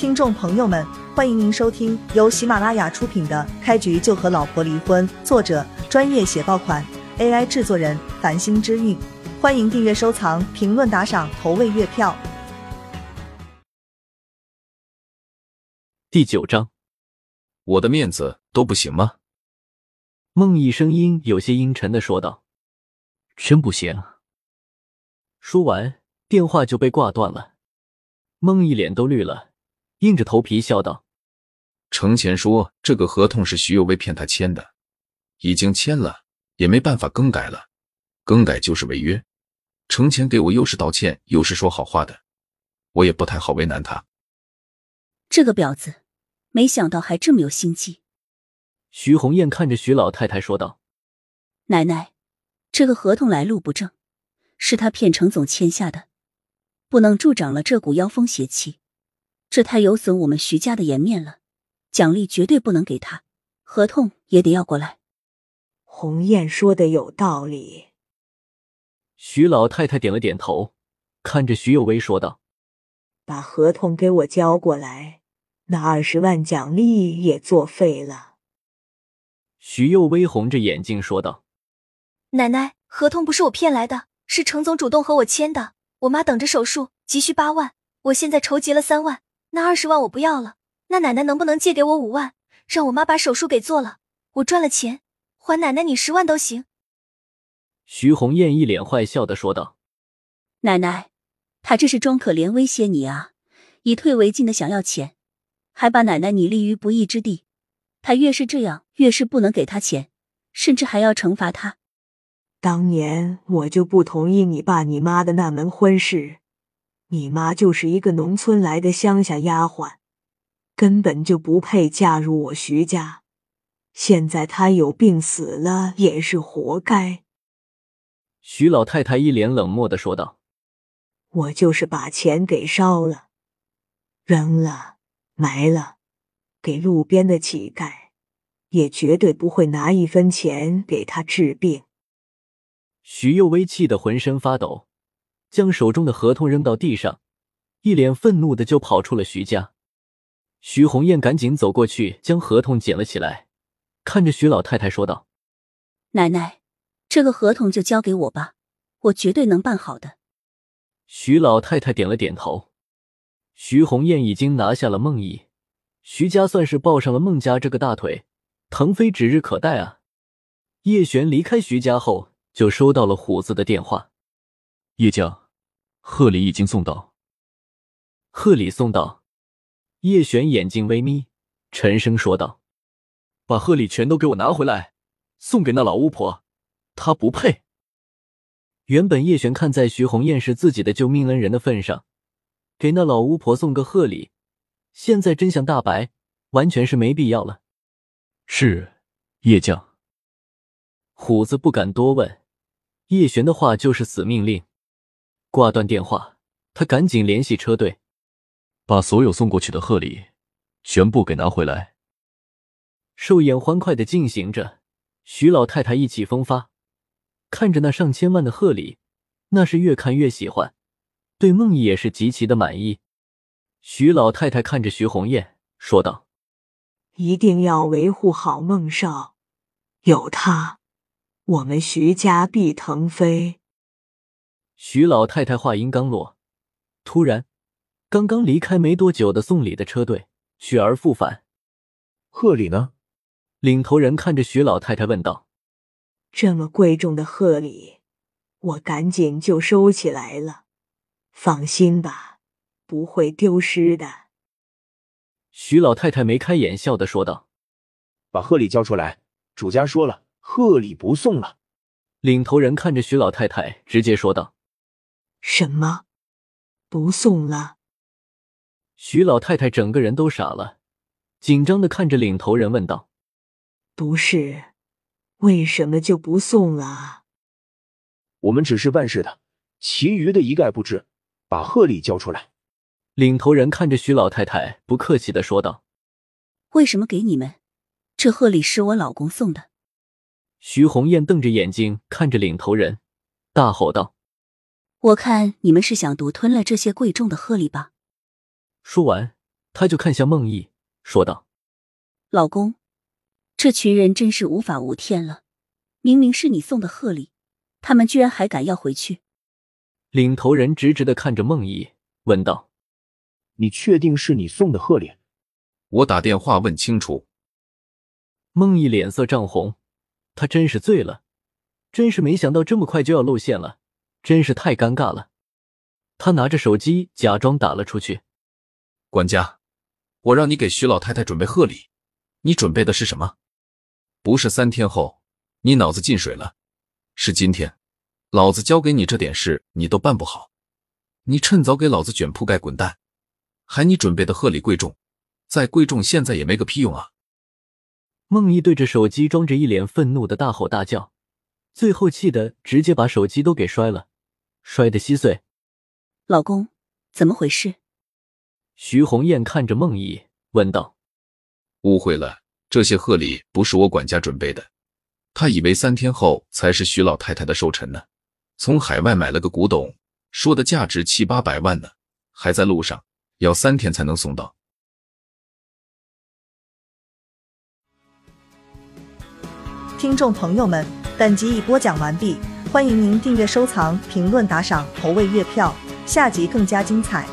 听众朋友们，欢迎您收听由喜马拉雅出品的《开局就和老婆离婚》，作者专业写爆款 ，AI 制作人繁星之韵。欢迎订阅、收藏、评论、打赏、投喂月票。 第9章，我的面子都不行吗？孟毅声音有些阴沉地说道。真不行。说完，电话就被挂断了。孟毅脸都绿了，硬着头皮笑道： 程前说这个合同是徐有为骗他签的，已经签了，也没办法更改了，更改就是违约。程前给我又是道歉又是说好话的，我也不太好为难他。 这个婊子，没想到还这么有心机。 徐红艳看着徐老太太说道： 奶奶，这个合同来路不正，是他骗程总签下的，不能助长了这股妖风邪气，这太有损我们徐家的颜面了，奖励绝对不能给他，合同也得要过来。 红艳说的有道理。 徐老太太点了点头，看着徐有为说道： 把合同给我交过来，那20万奖励也作废了。 徐有为红着眼睛说道： 奶奶，合同不是我骗来的，是程总主动和我签的。我妈等着手术，急需8万，我现在筹集了3万，那20万我不要了。那奶奶能不能借给我5万，让我妈把手术给做了？我赚了钱，还奶奶你10万都行。 徐红艳一脸坏笑地说道： 奶奶，他这是装可怜威胁你啊，以退为进的想要钱，还把奶奶你立于不义之地。他越是这样，越是不能给他钱，甚至还要惩罚他。 当年我就不同意你爸你妈的那门婚事，你妈就是一个农村来的乡下丫鬟，根本就不配嫁入我徐家。现在她有病死了，也是活该。 徐老太太一脸冷漠地说道： 我就是把钱给烧了，扔了，埋了，给路边的乞丐，也绝对不会拿1分钱给他治病。 徐有为气得浑身发抖，将手中的合同扔到地上，一脸愤怒的就跑出了徐家。徐红艳赶紧走过去将合同捡了起来，看着徐老太太说道： 奶奶，这个合同就交给我吧，我绝对能办好的。 徐老太太点了点头。徐红艳已经拿下了孟毅，徐家算是抱上了孟家这个大腿，腾飞指日可待啊。叶璇离开徐家后就收到了虎子的电话： 叶将，贺礼已经送到。 贺礼送到。叶璇眼睛微眯，沉声说道：把贺礼全都给我拿回来，送给那老巫婆，她不配。原本叶璇看在徐红艳是自己的救命恩人的份上，给那老巫婆送个贺礼，现在真相大白，完全是没必要了。 是，叶将。 虎子不敢多问，叶璇的话就是死命令。挂断电话，他赶紧联系车队， 把所有送过去的贺礼全部给拿回来。 寿宴欢快地进行着，徐老太太意气风发，看着那上千万的贺礼，那是越看越喜欢，对孟毅也是极其的满意。徐老太太看着徐红艳说道： 一定要维护好孟少，有他，我们徐家必腾飞。 徐老太太话音刚落，突然刚刚离开没多久的送礼的车队去而复返。 贺礼呢？ 领头人看着徐老太太问道： 这么贵重的贺礼，我赶紧就收起来了，放心吧，不会丢失的。 徐老太太眉开眼笑地说道： 把贺礼交出来，主家说了，贺礼不送了。 领头人看着徐老太太直接说道： 什么？不送了？ 徐老太太整个人都傻了，紧张地看着领头人问道： 不是，为什么就不送了？ 我们只是办事的，其余的一概不知，把贺礼交出来。 领头人看着徐老太太不客气地说道： 为什么给你们？这贺礼是我老公送的。 徐红艳瞪着眼睛看着领头人，大吼道： 我看你们是想独吞了这些贵重的贺礼吧。 说完， 他就看向孟毅，说道：“ 老公，这群人真是无法无天了，明明是你送的贺礼，他们居然还敢要回去。” 领头人直直地看着孟毅，问道：“ 你确定是你送的贺礼？” 我打电话问清楚。 孟毅脸色涨红，他真是醉了，真是没想到这么快就要露馅了，真是太尴尬了。他拿着手机假装打了出去。 管家，我让你给徐老太太准备贺礼，你准备的是什么？不是3天后，你脑子进水了，是今天，老子交给你这点事你都办不好，你趁早给老子卷铺盖滚蛋，还你准备的贺礼贵重，再贵重现在也没个屁用啊！ 孟毅对着手机装着一脸愤怒的大吼大叫，最后气得直接把手机都给摔了，摔得稀碎。 老公，怎么回事？ 徐红艳看着孟毅问道。 误会了，这些贺礼不是我管家准备的，他以为3天后才是徐老太太的寿辰呢，从海外买了个古董，说的价值700-800万呢，还在路上，要3天才能送到。 听众朋友们，本集已播讲完毕，欢迎您订阅、收藏、评论、打赏、投喂月票，下集更加精彩。